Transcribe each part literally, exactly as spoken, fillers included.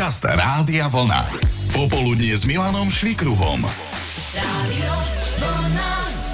Podcast Rádia Vlna. Popoludnie s Milanom Švikruhom. Rádio Vlna.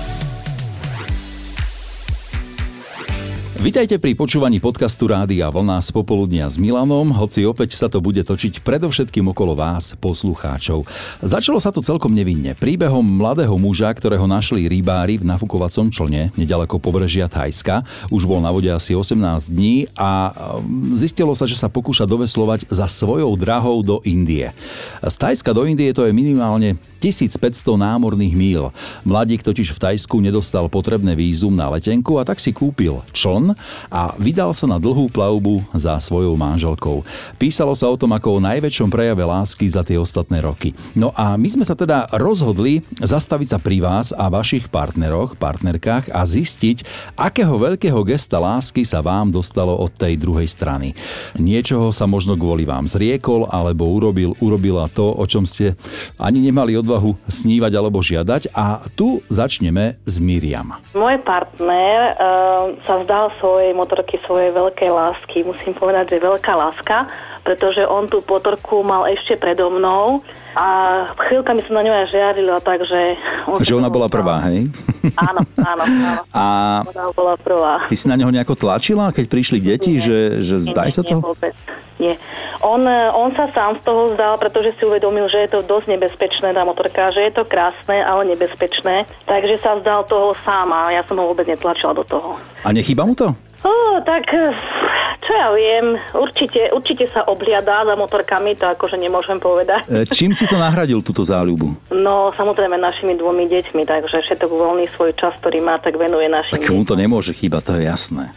Vitajte pri počúvaní podcastu Rádia Vlna z popoludnia s Milanom, hoci opäť sa to bude točiť predovšetkým okolo vás, poslucháčov. Začalo sa to celkom nevinne. Príbehom mladého muža, ktorého našli rybári v nafukovacom člne nedaleko pobrežia Thajska. Už bol na vode asi osemnásť dní a zistilo sa, že sa pokúša doveslovať za svojou drahou do Indie. Z Thajska do Indie to je minimálne tisícpäťsto námorných míl. Mladík totiž v Thajsku nedostal potrebné vízum na letenku a tak si kúpil čln a vydal sa na dlhú plavbu za svojou manželkou. Písalo sa o tom ako o najväčšom prejave lásky za tie ostatné roky. No a my sme sa teda rozhodli zastaviť sa pri vás a vašich partneroch, partnerkách a zistiť, akého veľkého gesta lásky sa vám dostalo od tej druhej strany. Niečoho sa možno kvôli vám zriekol alebo urobil, urobila to, o čom ste ani nemali odvahu snívať alebo žiadať. A tu začneme s Miriam. Môj partner uh, sa vzdal svojej motorky, svojej veľkej lásky. Musím povedať, že veľká láska, pretože on tú motorku mal ešte predo mnou a chvíľkami som na ňu aj žiarila, takže... Že ona bola prvá, hej? Áno, áno, áno. A ona bola prvá. Ty si na neho nejako tlačila, keď prišli deti, nie, že, že zdaj nie, sa to? Nie, vôbec. Nie. On, on sa sám z toho vzdal, pretože si uvedomil, že je to dosť nebezpečné, tá motorka, že je to krásne, ale nebezpečné. Takže sa vzdal toho sám a ja som ho vôbec netlačila do toho. A nechýba mu to? Ó, tak čo ja viem, určite, určite sa obhliadá za motorkami, to akože nemôžem povedať. E, čím si to nahradil, túto záľubu? No, samozrejme našimi dvomi deťmi, takže všetok voľný svoj čas, ktorý má, tak venuje našim Tak mu to nemôže chýbať, to je jasné.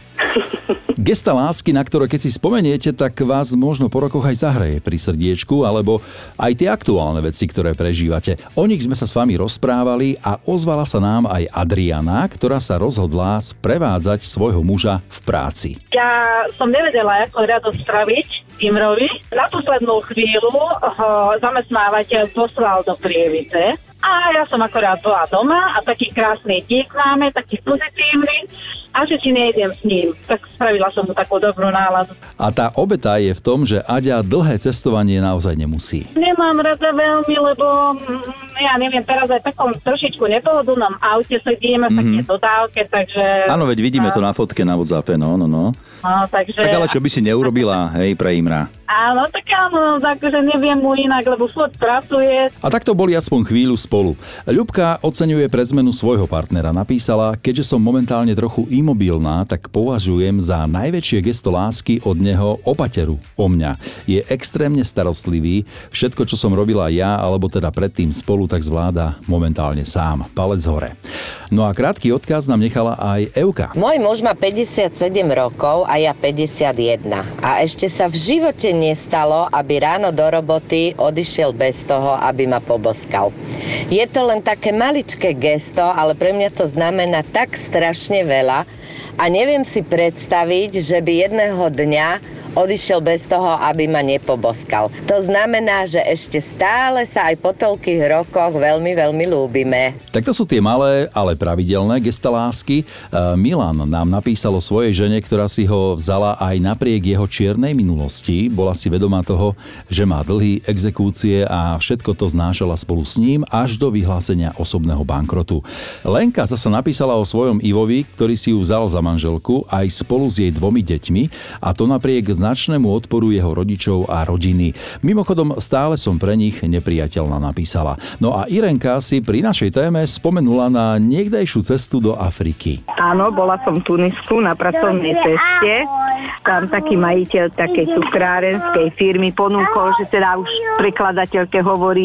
Gesta lásky, na ktoré keď si spomeniete, tak vás možno po rokoch aj zahreje pri srdiečku, alebo aj tie aktuálne veci, ktoré prežívate. O nich sme sa s vami rozprávali a ozvala sa nám aj Adriana, ktorá sa rozhodla sprevádzať svojho muža v práci. Ja som nevedela, ako radosť spraviť Imrovi. Na poslednú chvíľu ho zamestnávateľ poslal do Prievidze a ja som akorát bola doma a taký krásny dík máme, taký pozitívny. A že či nejdem s ním, tak spravila som mu takú dobrú náladu. A tá obeta je v tom, že Aďa dlhé cestovanie naozaj nemusí. Nemám rada veľmi, lebo ja neviem, teraz aj v takom trošičku nepohodlnom aute sedíme v také mm-hmm. dodávke, takže... Áno, veď vidíme to na fotke na WhatsAppe, no, no, no. No, takže... Tak ale čo by si neurobila, hej, pre Imra? Áno, tak áno, takže neviem mu inak, lebo furt pracuje. A takto boli aspoň chvíľu spolu. Ľubka oceňuje pre zmenu svojho partnera. Napísala, keďže som momentálne trochu imobilná, tak považujem za najväčšie gesto lásky od neho opateru o mňa. Je extrémne starostlivý. Všetko, čo som robila ja, alebo teda predtým spolu, tak zvláda momentálne sám. Palec hore. No a krátky odkaz nám nechala aj Evka. Môj muž má päťdesiatsedem rokov a ja päťdesiatjeden. A ešte sa v živote nestalo, aby ráno do roboty odišiel bez toho, aby ma poboskal. Je to len také maličké gesto, ale pre mňa to znamená tak strašne veľa a neviem si predstaviť, že by jedného dňa odišiel bez toho, aby ma nepoboskal. To znamená, že ešte stále sa aj po toľkých rokoch veľmi, veľmi ľúbime. Tak to sú tie malé, ale pravidelné gesta lásky. Milan nám napísal o svojej žene, ktorá si ho vzala aj napriek jeho čiernej minulosti. Bola si vedomá toho, že má dlhy, exekúcie a všetko to znášala spolu s ním až do vyhlásenia osobného bankrotu. Lenka zasa napísala o svojom Ivovi, ktorý si ju vzal za manželku aj spolu s jej dvomi deťmi, a to napriek značnému odporu jeho rodičov a rodiny. Mimochodom, stále som pre nich nepriateľná, napísala. No a Irenka si pri našej téme spomenula na niekdejšiu cestu do Afriky. Áno, bola som v Tunisku na pracovnej ceste. Tam taký majiteľ takej cukrárenskej firmy ponúkol, že teda už prekladateľke hovorí,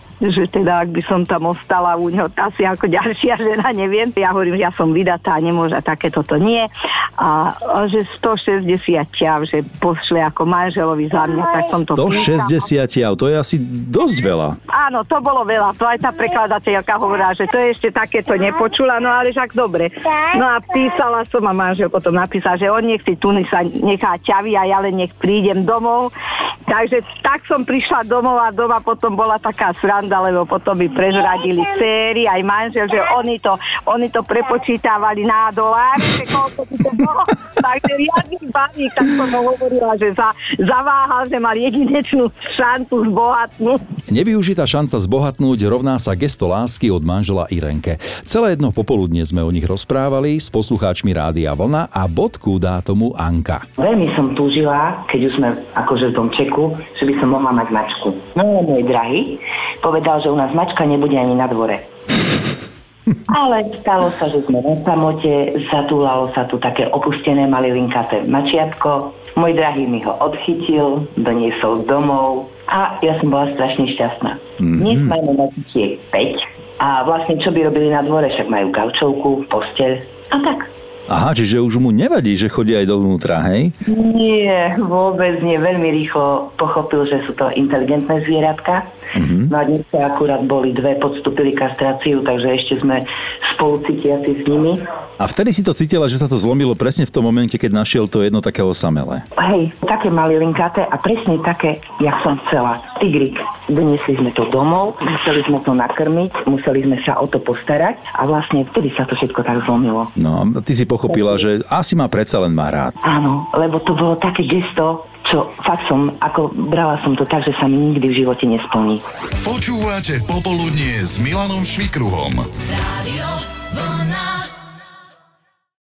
že teda ak by som tam ostala u ňo asi ako ďalšia žena, neviem. Ja hovorím, že ja som vydatá, nemôže, takéto to nie. A, a že stošesťdesiat ťav, že pošle ako manželovi za mňa, tak som to stošesťdesiat ťav, to je asi dosť veľa. Áno, to bolo veľa. To aj tá prekladateľka hovorila, že to je ešte takéto nepočula, no ale však dobre. No a písala som a manžel potom napísal, že on nech si Tunisa nechá ťavy a ja len nech prídem domov. Takže tak som prišla domov a doma potom bola taká sranda, sranda, lebo potom by prezradili céry, aj manžel, že oni to, oni to prepočítavali na doláre, že koľko by to bolo. Takže riadny balík, tak som mu hovorila, že za, zaváhal, že mal jedinečnú šancu zbohatnúť. Nevyužitá šanca zbohatnúť rovná sa gesto lásky od manžela Irenke. Celé jedno popoludne sme o nich rozprávali s poslucháčmi Rádia Vlna a bodku dá tomu Anka. Veľmi som túžila, keď už sme akože v domčeku, že by som mohla mať mačku. No môj drahý povedal, že u nás mačka nebude ani na dvore. Ale stalo sa, že sme na samote, zatúlalo sa tu také opustené malilinkaté mačiatko. Môj drahý mi ho odchytil, doniesol domov a ja som bola strašne šťastná. Mm-hmm. Dnes máme mačičiek päť a vlastne čo by robili na dvore, však majú gaučovku, posteľ a tak. Aha, čiže už mu nevadí, že chodí aj dovnútra, hej? Nie, vôbec nie. Veľmi rýchlo pochopil, že sú to inteligentné zvieratka. Mm-hmm. No a dnes sa akurát boli dve, podstúpili kastráciu, takže ešte sme spolucítiaci s nimi. A vtedy si to cítila, že sa to zlomilo presne v tom momente, keď našiel to jedno také osamelé. Hej, také malilinkáte a presne také, jak som chcela. Tigrik. Doniesli sme to domov, museli sme to nakrmiť, museli sme sa o to postarať a vlastne vtedy sa to všetko tak zlomilo. No, ty si pochopila, že asi ma predsa len má rád. Áno, lebo to bolo také gesto, čo fakt som, ako brala som to tak, že sa mi nikdy v živote nesplní. Počúvate Popoludnie s Milanom Švikruhom. Rádio